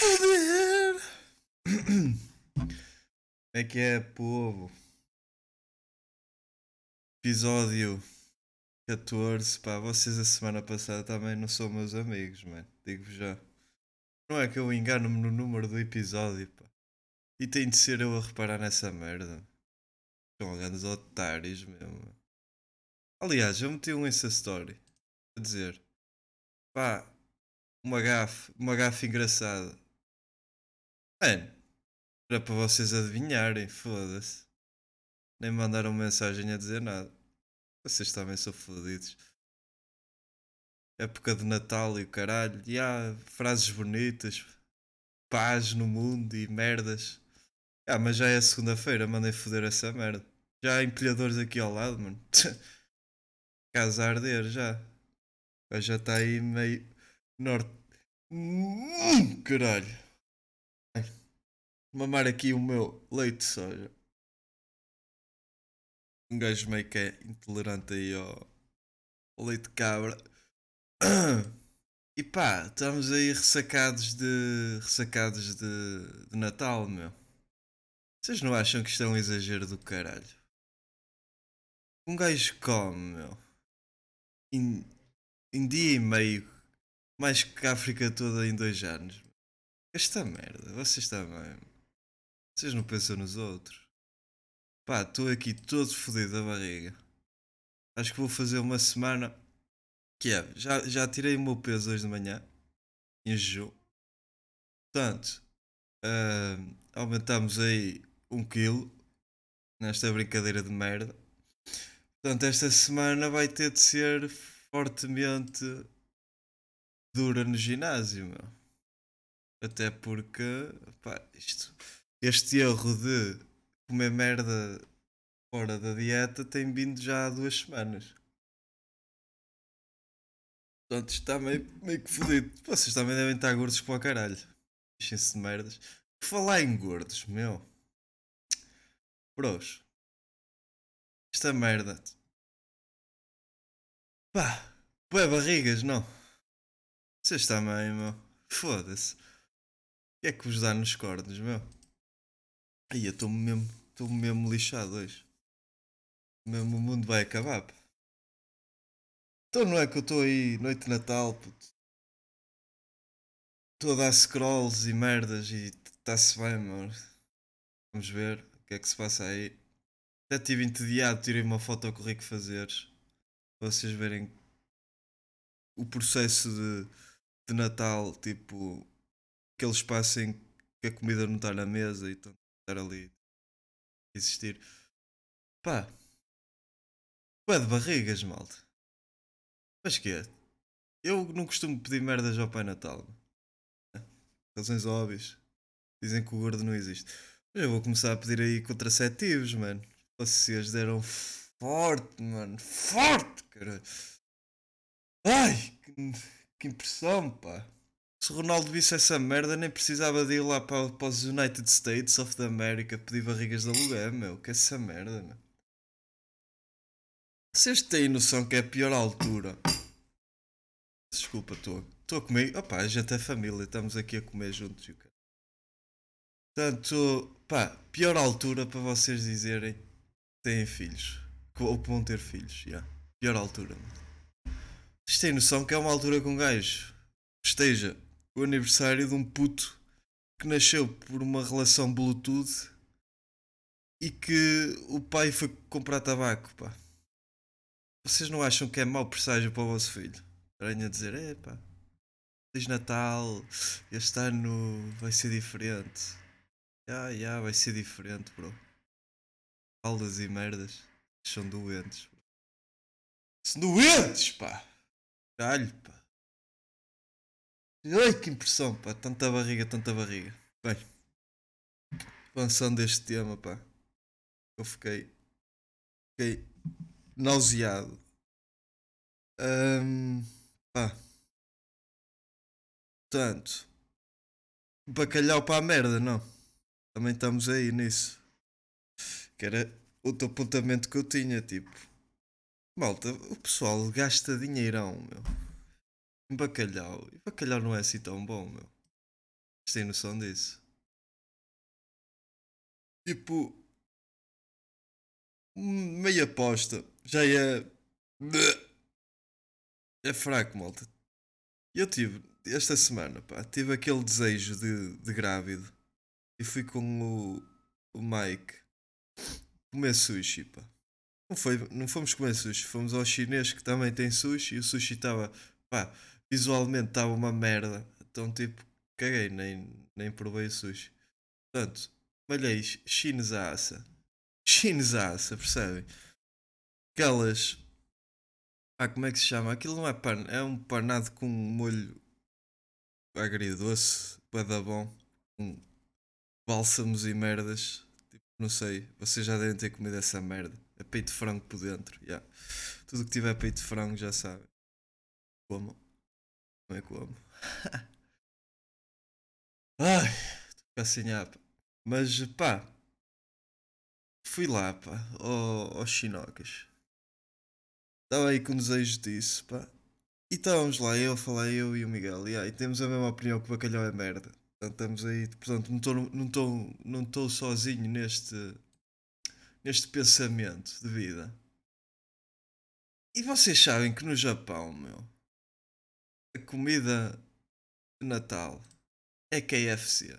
Foder! É que é, povo? Episódio 14. Pá, vocês a semana passada também não são meus amigos, mano. Digo-vos já. Não é que eu engano-me no número do episódio, pá. E tem de ser eu a reparar nessa merda. São grandes otários mesmo. Aliás, eu meti um Insta Story a dizer, pá, uma gafe engraçada. Mano, era para vocês adivinharem, foda-se. Nem mandaram mensagem a dizer nada. Vocês também são fodidos. Época de Natal e o caralho. E há frases bonitas, paz no mundo e merdas. Ah, mas já é segunda-feira, mandei foder essa merda. Já há empilhadores aqui ao lado, mano. Casa a arder já. Já está aí meio norte. Caralho. Ai, mamar aqui o meu leite de soja. Um gajo meio que é intolerante aí ao leite de cabra. E pá, estamos aí ressacados de Natal, meu. Vocês não acham que isto é um exagero do caralho? Um gajo come, meu, em, em dia e meio, mais que a África toda em 2 anos. Esta merda, vocês também. Vocês não pensam nos outros. Pá, estou aqui todo fodido da barriga. Acho que vou fazer uma semana. Que é, já tirei o meu peso hoje de manhã, em jejum. Portanto, aumentamos aí 1 quilo nesta brincadeira de merda. Portanto, esta semana vai ter de ser fortemente dura no ginásio, meu. Até porque, pá, este erro de comer merda fora da dieta tem vindo já há 2 semanas. Portanto, isto está meio que fodido. Vocês também devem estar gordos para o caralho. Deixem-se de merdas. Por falar em gordos, meu. Bros, esta merda. Pá, bué barrigas, não. Vocês também, meu. Foda-se. O que é que vos dá nos cornos, meu? Aí eu estou mesmo lixado hoje. Mesmo o mundo vai acabar, pá. Então não é que eu estou aí, noite de Natal, puto. Estou a dar scrolls e merdas e está-se bem, mano. Vamos ver o que é que se passa aí. Até tive entediado, tirei uma foto ao correr que fazeres. Para vocês verem o processo de Natal, tipo, aquele espaço em que a comida não está na mesa e estão a estar ali a existir. Pá, pá de barrigas, malta. Mas que é? Eu não costumo pedir merdas ao Pai Natal. Razões óbvias. Dizem que o gordo não existe. Mas eu vou começar a pedir aí contraceptivos, mano. Vocês deram forte, mano. Forte, cara. Ai, que impressão, pá. Se o Ronaldo visse essa merda, nem precisava de ir lá para os United States of the America pedir barrigas de aluguer, meu. Que é essa merda, meu. Vocês têm noção que é a pior altura? Desculpa, estou a comer. Opá, a gente é família, estamos aqui a comer juntos. Portanto, pá, pior altura para vocês dizerem que têm filhos. Ou que vão ter filhos, já. Yeah. Pior altura. Vocês têm noção que é uma altura que um gajo esteja o aniversário de um puto que nasceu por uma relação Bluetooth e que o pai foi comprar tabaco, pá. Vocês não acham que é mau presságio para o vosso filho? Estarem a dizer, é pá, Feliz Natal, este ano vai ser diferente. Vai ser diferente, bro. Aldas e merdas são doentes. São doentes, pá! Caralho, pá. Ai, que impressão, pá. Tanta barriga, tanta barriga. Bem, avançando deste tema, pá. Eu fiquei nauseado. Pá, portanto, bacalhau para a merda, não. Também estamos aí nisso. Que era outro apontamento que eu tinha, tipo. Malta, o pessoal gasta dinheirão, meu. Em bacalhau. E bacalhau não é assim tão bom, meu. Vocês têm noção disso? Tipo, meia aposta. Já é. É fraco, malta. Eu tive, esta semana, pá, tive aquele desejo de grávido e fui com o Mike comer sushi, pá. Não fomos comer sushi, fomos ao chinês que também tem sushi e o sushi estava, pá, visualmente estava uma merda. Então, tipo, caguei, nem provei o sushi. Portanto, malhei chinesa, percebem? Aquelas, como é que se chama? Aquilo não é pan, é um panado com um molho agridoce, bué da bom, com bálsamos e merdas. Tipo, não sei, vocês já devem ter comido essa merda. É peito de frango por dentro, yeah. Tudo que tiver peito de frango já sabe. Como? Não é como? Ai, estou assim, pá. Mas pá, fui lá, pá, aos chinocas. Estava aí com desejo disso, pá. E estávamos lá, eu e o Miguel, e temos a mesma opinião que o bacalhau é merda. Portanto, estamos aí, portanto, não estou sozinho neste pensamento de vida. E vocês sabem que no Japão, meu, a comida de Natal é KFC.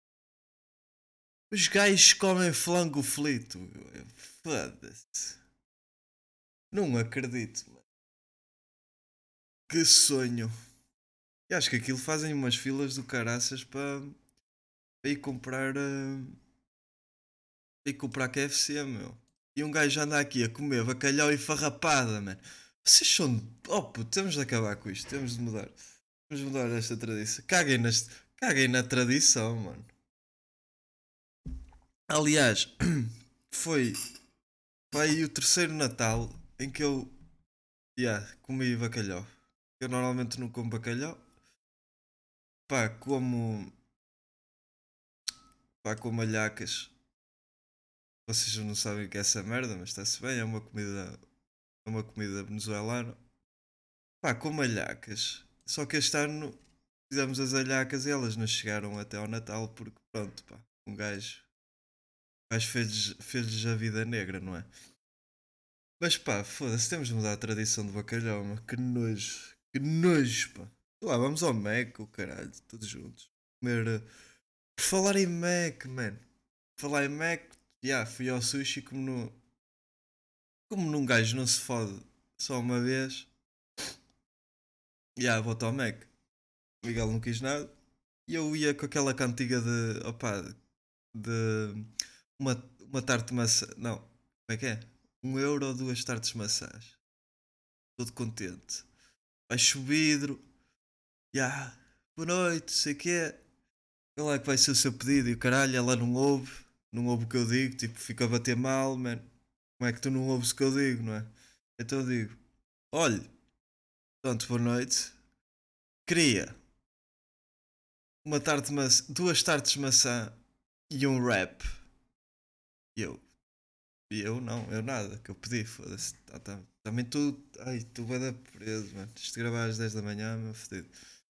Os gajos comem flango frito, meu. Foda-se. Não acredito, mano. Que sonho. E acho que aquilo fazem umas filas do caraças para ir comprar. Para ir comprar KFC, meu. E um gajo anda aqui a comer bacalhau e farrapada, mano. Vocês são. Oh, puto, temos de acabar com isto. Temos de mudar. Temos de mudar esta tradição. Caguem na tradição, mano. Aliás, foi aí o terceiro Natal em que eu comi bacalhau. Eu normalmente não como bacalhau. Pá, como alhacas. Vocês não sabem o que é essa merda, mas está-se bem, é uma comida venezuelana. Pá, como alhacas. Só que este ano fizemos as alhacas e elas não chegaram até ao Natal porque pronto, pá, um gajo fez-lhes a vida negra, não é? Mas pá, foda-se, temos de mudar a tradição do bacalhau, mano. Que nojo, pá. Sei lá, vamos ao Mac, o caralho, todos juntos. Comer. Por falar em Mac, mano. Por falar em Mac, fui ao sushi como num gajo não se fode só uma vez. Vou ao Mac. O Miguel não quis nada. E eu ia com aquela cantiga de. Opá, de. Uma tarte de maçã. Não, como é que é? 1 euro, duas tartes maçãs. Todo contente. Baixo o vidro. Boa noite, sei o que é. Qual é que vai ser o seu pedido? E o caralho, ela não ouve o que eu digo, tipo, fica a bater mal, mano. Como é que tu não ouves o que eu digo, não é? Então eu digo: olha, pronto, boa noite. Queria duas tartes de maçã e um wrap. E eu não, eu nada, que eu pedi, foda-se. Também tu, ai, tu vai dar preso, mano. Isto de gravar às 10 da manhã, meu fodido.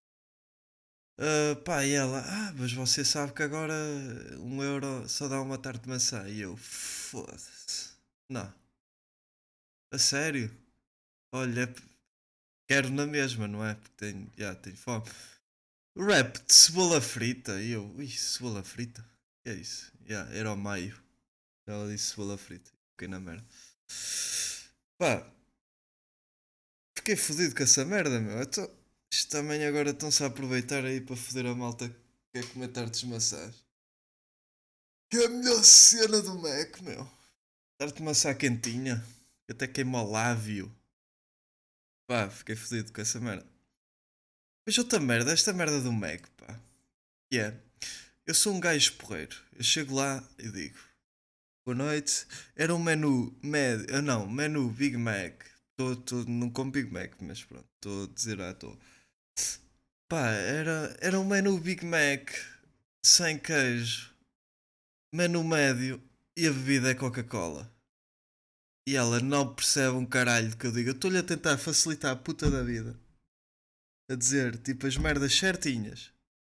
Pá, e ela, mas você sabe que agora 1 euro só dá uma tarte de maçã. E eu, foda-se. Não, a sério? Olha, quero na mesma, não é? Porque tenho fome. Rap de cebola frita. E eu, cebola frita? Que é isso? Era o maio. Ela disse cebola frita. Fiquei na merda. Pá, fiquei fodido com essa merda, meu. Isto também agora estão-se a aproveitar aí para foder a malta que quer comer tartes de maçãs. Que é a melhor cena do Mac, meu. Tarte de maçã quentinha. Que até queima o lábio. Pá, fiquei fodido com essa merda. Mas outra merda, esta merda do Mac, pá. Que é, eu sou um gajo porreiro. Eu chego lá e digo: boa noite. Era um menu médio. Não, menu Big Mac. Não como Big Mac, mas pronto. Estou a dizer à toa. Pá, era um menu Big Mac sem queijo. Menu médio e a bebida é Coca-Cola. E ela não percebe um caralho que eu digo. Eu estou-lhe a tentar facilitar a puta da vida. A dizer, tipo, as merdas certinhas.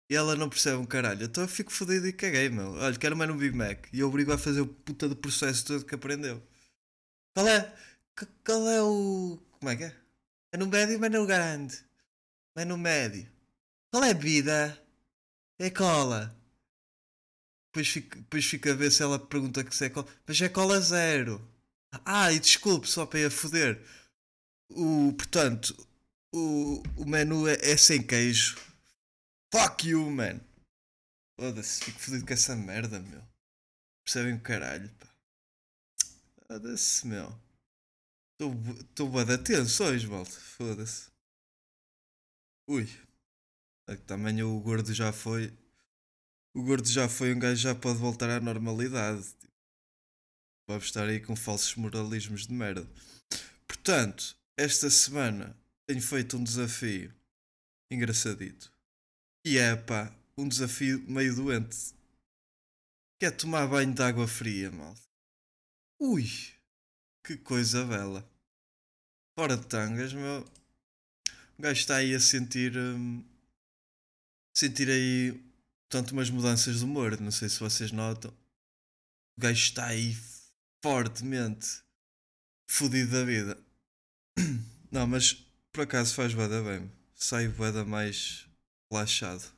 E ela não percebe um caralho. Então eu fico fodido e caguei, meu. Olha, quero mais um Big Mac. E eu obrigo a fazer o puta do processo todo que aprendeu. Qual é? Qual é o. Como é que é? É no médio, mas no grande. Mas no médio. Qual é a bebida? É cola. Depois fico a ver se ela pergunta que se é cola. Mas é cola zero. Ah, e desculpe, só para ir a foder. Portanto, o menu é sem queijo. Fuck you, man. Foda-se, fico fodido com essa merda, meu. Percebem o caralho, pá. Foda-se, meu. Estou bué de tenso hoje, malta. Foda-se. Ui. É que também o gordo já foi. O gordo já foi, um gajo já pode voltar à normalidade. Vamos estar aí com falsos moralismos de merda. Portanto, esta semana tenho feito um desafio engraçadito. E é pá, um desafio meio doente. Que é tomar banho de água fria, malta. Ui, que coisa bela. Fora de tangas, meu. O gajo está aí a sentir. Sentir aí. Portanto, umas mudanças de humor. Não sei se vocês notam. O gajo está aí fortemente fodido da vida. Não, mas por acaso faz bué da bem. Sai bué da mais relaxado.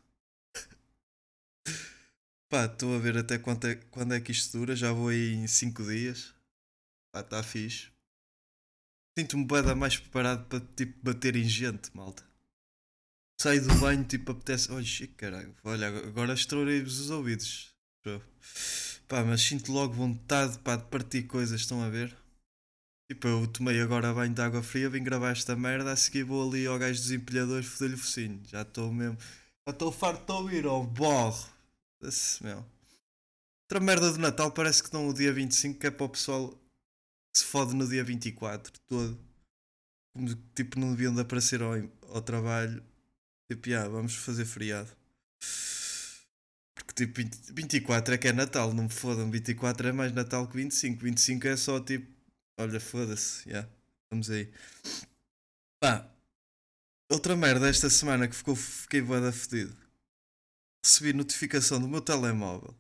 Pá, estou a ver até quando é que isto dura. Já vou aí em 5 dias. Pá, está fixe. Sinto-me bué da mais preparado para tipo bater em gente, malta. Saio do banho, tipo, apetece. Olha, chico, caralho. Olha, agora estourei-vos os ouvidos. Pá, mas sinto logo vontade, pá, de partir coisas, estão a ver? Tipo, eu tomei agora banho de água fria, vim gravar esta merda, a seguir vou ali ao gajo dos empilhadores foder-lhe o focinho. Já estou mesmo. Já estou farto de ouvir, ó, borro. Esse, meu. Outra merda de Natal parece que dão o dia 25, que é para o pessoal que se fode no dia 24, todo. Como, tipo, não deviam de aparecer ao trabalho. Tipo, vamos fazer feriado. Porque tipo, 24 é que é Natal, não me fodam. 24 é mais Natal que 25. 25 é só tipo, olha, foda-se, vamos aí. Pá, outra merda esta semana que fiquei bué da fedido. Recebi notificação do meu telemóvel.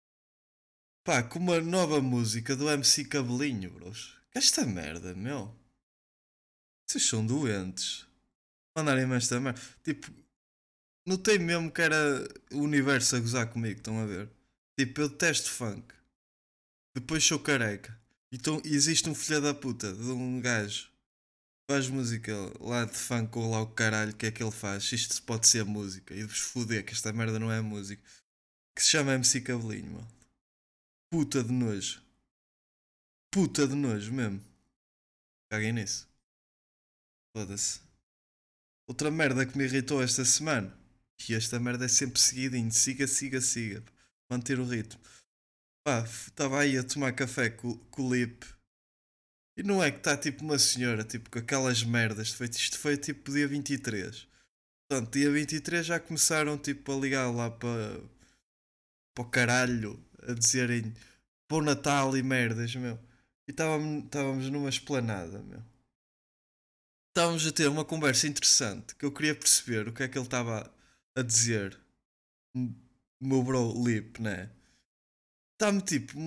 Pá, com uma nova música do MC Cabelinho, bros. Que esta merda, meu. Vocês são doentes. Mandarem-me esta merda. Tipo, notei mesmo que era o universo a gozar comigo, estão a ver? Tipo, eu detesto funk. Depois sou careca. Então existe um filho da puta de um gajo que faz música lá de funk ou lá o caralho que é que ele faz. Isto pode ser música. E vos foder que esta merda não é música. Que se chama MC Cabelinho, mano. Puta de nojo. Puta de nojo mesmo. Caguem nisso. Foda-se. Outra merda que me irritou esta semana. E esta merda é sempre seguidinho. Siga, siga, siga. Manter o ritmo. Pá, estava aí a tomar café com o Lip. E não é que está tipo uma senhora, tipo com aquelas merdas. Isto foi tipo dia 23. Portanto, dia 23 já começaram tipo a ligar lá para o caralho, a dizerem Bom Natal e merdas, meu. E estávamos numa esplanada, meu. Estávamos a ter uma conversa interessante que eu queria perceber o que é que ele estava a dizer. O meu bro Lip, né? Está-me tipo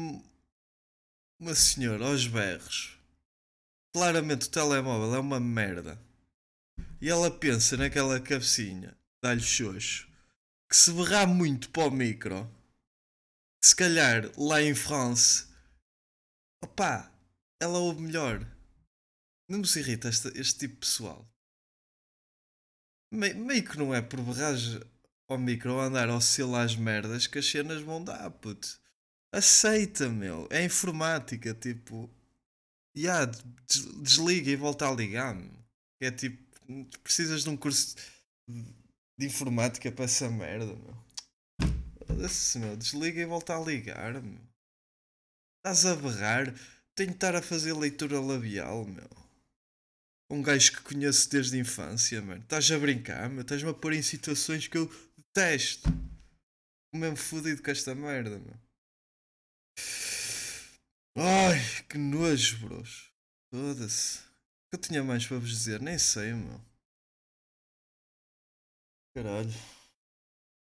uma senhora aos berros. Claramente o telemóvel é uma merda. E ela pensa naquela cabecinha, dá-lhe xoxo, que se berrar muito para o micro, se calhar lá em France, opá, ela ouve melhor. Não me irrita este tipo de pessoal. Meio que não é por berragem ao micro ou andar ao selo às merdas que as cenas vão dar, puto. Aceita, meu. É informática, tipo. Desliga e volta a ligar, meu. É tipo. Precisas de um curso de informática para essa merda, meu. Foda-se, meu. Desliga e volta a ligar, meu. Estás a berrar? Tenho que estar a fazer leitura labial, meu. Um gajo que conheço desde a infância, mano. Estás a brincar, meu. Estás-me a pôr em situações que eu detesto. O mesmo fodido com esta merda, meu. Ai, que nojo, bros. Foda-se. O que eu tinha mais para vos dizer? Nem sei, meu. Caralho.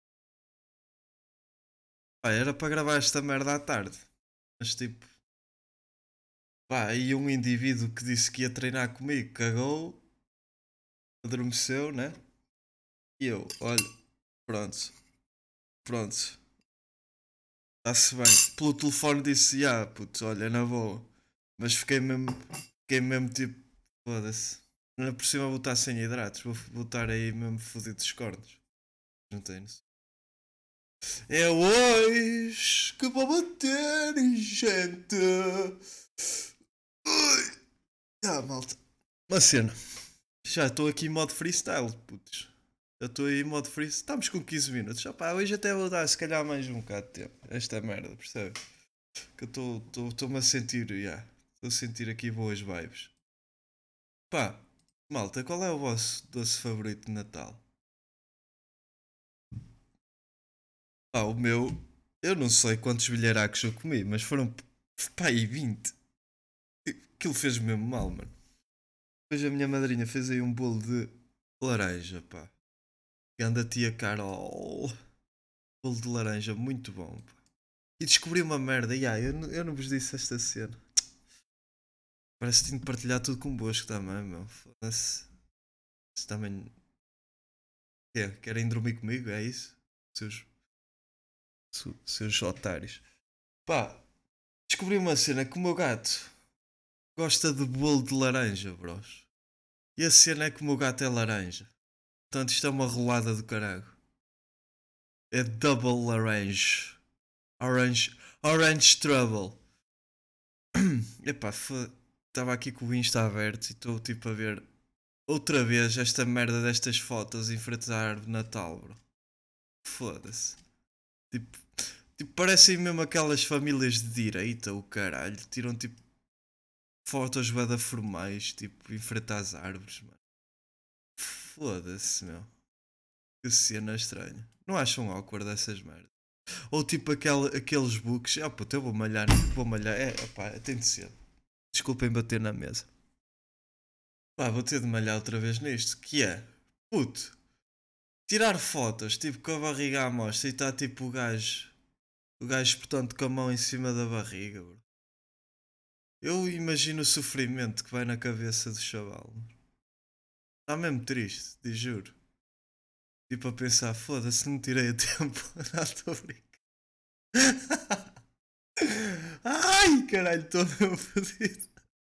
Pá, era para gravar esta merda à tarde. Mas tipo, pá, aí um indivíduo que disse que ia treinar comigo cagou, adormeceu, né? E eu, olha, pronto, pronto, está-se bem. Pelo telefone disse, puto, olha, na boa. Mas fiquei mesmo tipo, foda-se. Ainda por cima vou estar sem hidratos, vou estar aí mesmo fodido dos cornos. Não tenho. É hoje que vou bater em gente. Ui. Malta. Uma cena. Já estou aqui em modo freestyle, putos. Já estou aí em modo freestyle. Estamos com 15 minutos. Opá, hoje até vou dar se calhar mais um bocado de tempo. Esta merda, percebe? Que eu estou-me a sentir, já. Estou a sentir aqui boas vibes. Pá, malta, qual é o vosso doce favorito de Natal? Pá, o meu, eu não sei quantos bilharacos eu comi, mas foram, pá, aí 20. Aquilo fez-me mesmo mal, mano. Depois a minha madrinha fez aí um bolo de laranja, pá. Ganda tia Carol. Bolo de laranja, muito bom, pá. E descobri uma merda, eu não vos disse esta cena. Parece que tenho de partilhar tudo convosco também, meu. Foda-se. Se também. Querem dormir comigo? É isso? Seus, seus otários. Pá, descobri uma cena que o meu gato gosta de bolo de laranja, bros. E a cena é que o meu gato é laranja. Portanto, isto é uma rolada do caralho. É double laranja. Orange Trouble. Epá, estava aqui com o Insta aberto e estou tipo a ver outra vez esta merda destas fotos em frente à árvore de Natal, bro. Foda-se. Tipo, tipo, parecem mesmo aquelas famílias de direita, o caralho. Tiram tipo fotos bada formais, tipo, em frente às árvores, mano. Foda-se, meu. Que cena estranha. Não acham awkward essas merdas? Ou tipo aqueles books. Ah, puto, eu vou malhar. Vou malhar. Opá, tem de ser. Desculpem bater na mesa. Pá, vou ter de malhar outra vez nisto. Que é, puto, tirar fotos, tipo, com a barriga à mostra e está tipo o gajo, portanto, com a mão em cima da barriga, bro. Eu imagino o sofrimento que vai na cabeça do chaval. Está mesmo triste, te juro. Tipo, a pensar, foda-se, não tirei a tempo. Não, estou a brincar. Ai, caralho, estou mesmo fodido.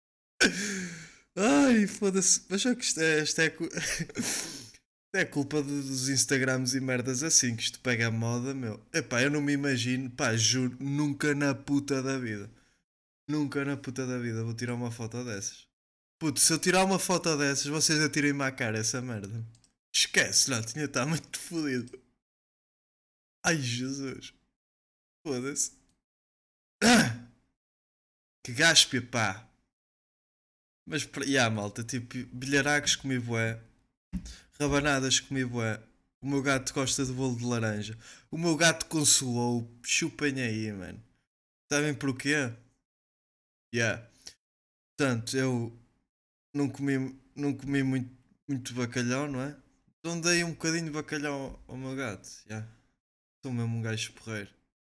Ai, foda-se. Mas só que isto é culpa dos Instagrams e merdas assim, que isto pega a moda, meu. Epá, eu não me imagino, pá, juro, nunca na puta da vida. Nunca na puta da vida vou tirar uma foto dessas. Puto, se eu tirar uma foto dessas, vocês atirem-me à cara essa merda. Esquece, não, tinha de estar muito fodido. Ai, Jesus. Foda-se. Ah, que gaspia, pá. Mas, malta, tipo, bilharacos comi bué. Rabanadas comi bué. O meu gato gosta de bolo de laranja. O meu gato consolou. Chupem aí, mano. Sabem porquê? Yeah. Portanto, eu não comi muito bacalhau, não é? Então dei um bocadinho de bacalhau ao meu gato. Yeah. Sou mesmo um gajo porreiro.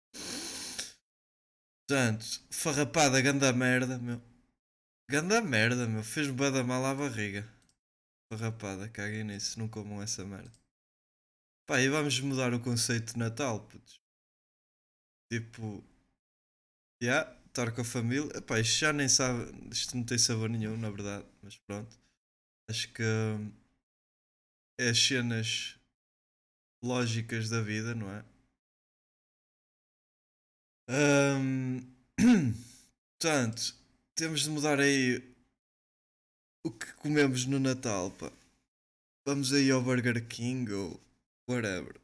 Portanto, farrapada, ganda merda, meu. Ganda merda, meu. Fez-me bada mal à barriga. Farrapada, caguem nisso. Não comam essa merda. Pá, e vamos mudar o conceito de Natal, putz. Tipo, estar com a família. Epá, isto já nem sabe. Isto não tem sabor nenhum, na verdade. Mas pronto. Acho que é as cenas lógicas da vida, não é? Ahm, Portanto, temos de mudar aí o que comemos no Natal, pá. Vamos aí ao Burger King ou whatever.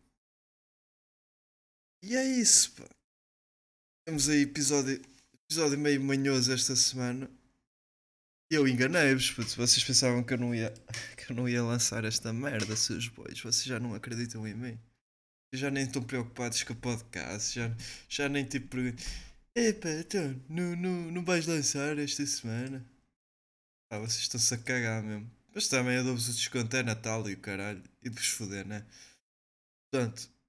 E é isso, pá. Temos aí episódio meio manhoso esta semana. E eu enganei-vos, putz. Vocês pensavam que eu não ia lançar esta merda, seus bois. Vocês já não acreditam em mim. Já nem estão preocupados com o podcast. Já nem tipo perguntam. Epá, então, não vais lançar esta semana? Ah, vocês estão-se a cagar mesmo. Mas também eu dou-vos o desconto, é Natal e o caralho. E de vos foder, né? Portanto,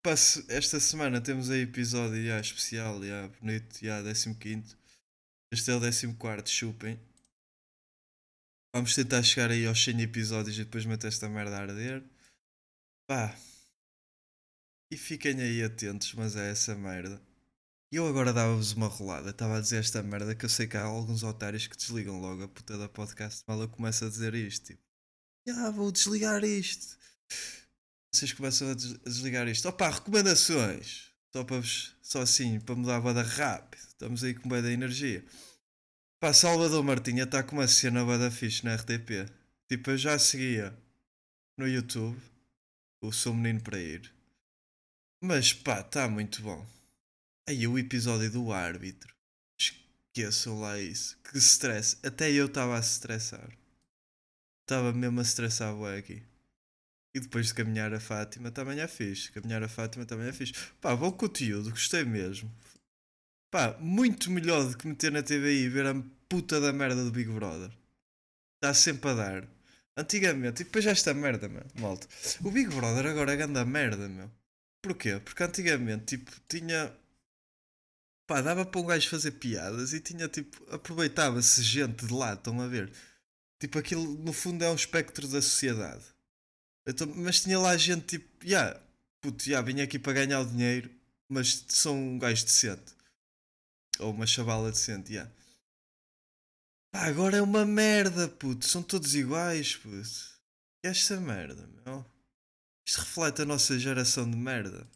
esta semana temos aí episódio especial, bonito, 15º. Este é o 14º, chupem. Vamos tentar chegar aí aos 100 episódios e depois meter esta merda a arder. Pá. E fiquem aí atentos, mas é essa merda. E eu agora dava-vos uma rolada. Estava a dizer esta merda que eu sei que há alguns otários que desligam logo a puta da podcast mal eu começo a dizer isto. Tipo, vou desligar isto. Vocês começam a desligar isto. Opa, recomendações. Só assim, para mudar a bada rápido. Estamos aí com bada energia. Pá, Salvador Martinha está com uma cena bada fixe na RTP. Tipo, eu já seguia no YouTube o Sou Menino para Ir. Mas pá, está muito bom. Aí o episódio do árbitro. Esqueçam lá isso. Que stress. Até eu estava a se estressar. Estava mesmo a estressar o aqui. E depois de caminhar a Fátima também é fixe. Caminhar a Fátima também é fixe. Pá, bom conteúdo, gostei mesmo. Pá, muito melhor do que meter na TVI e ver a puta da merda do Big Brother. Está sempre a dar. Antigamente, e depois esta merda, meu, malta. O Big Brother agora é grande merda, meu. Porquê? Porque antigamente, tipo, tinha. Pá, dava para um gajo fazer piadas e tinha, tipo, aproveitava-se gente de lá, estão a ver? Tipo, aquilo no fundo é um espectro da sociedade. Então, mas tinha lá gente tipo, puto, vim aqui para ganhar o dinheiro, mas sou um gajo decente. Ou uma chavala decente, Pá, agora é uma merda, puto, são todos iguais, puto. E esta merda, meu. Isto reflete a nossa geração de merda.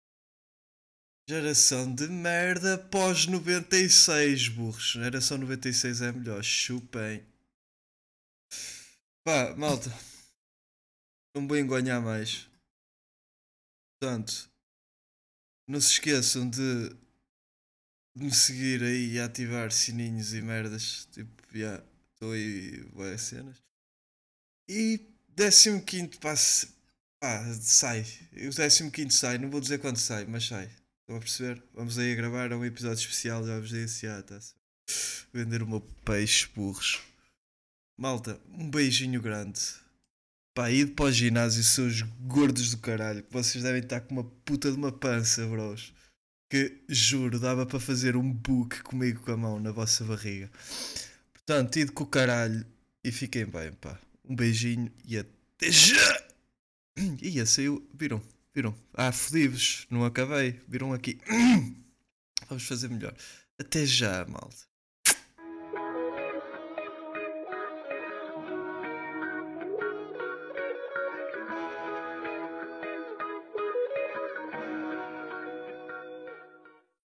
Geração de merda pós 96, burros. Geração 96 é melhor, chupem. Pá, malta, não vou engonhar mais. Portanto, não se esqueçam de me seguir aí e ativar sininhos e merdas. Tipo, estou aí, boas cenas. E 15º passo. Sai. O 15º sai, não vou dizer quando sai, mas sai. Estão a perceber? Vamos aí a gravar um episódio especial, já vos disse, tá-se. Vender o meu peixe, burros. Malta, um beijinho grande. Pá, ide para o ginásio, seus gordos do caralho, que vocês devem estar com uma puta de uma pança, bros. Que juro, dava para fazer um book comigo com a mão na vossa barriga. Portanto, ide com o caralho e fiquem bem, pá. Um beijinho e até já! Ia, saiu, viram? Viram? Fodi-vos, não acabei. Viram aqui. Vamos fazer melhor. Até já, malta.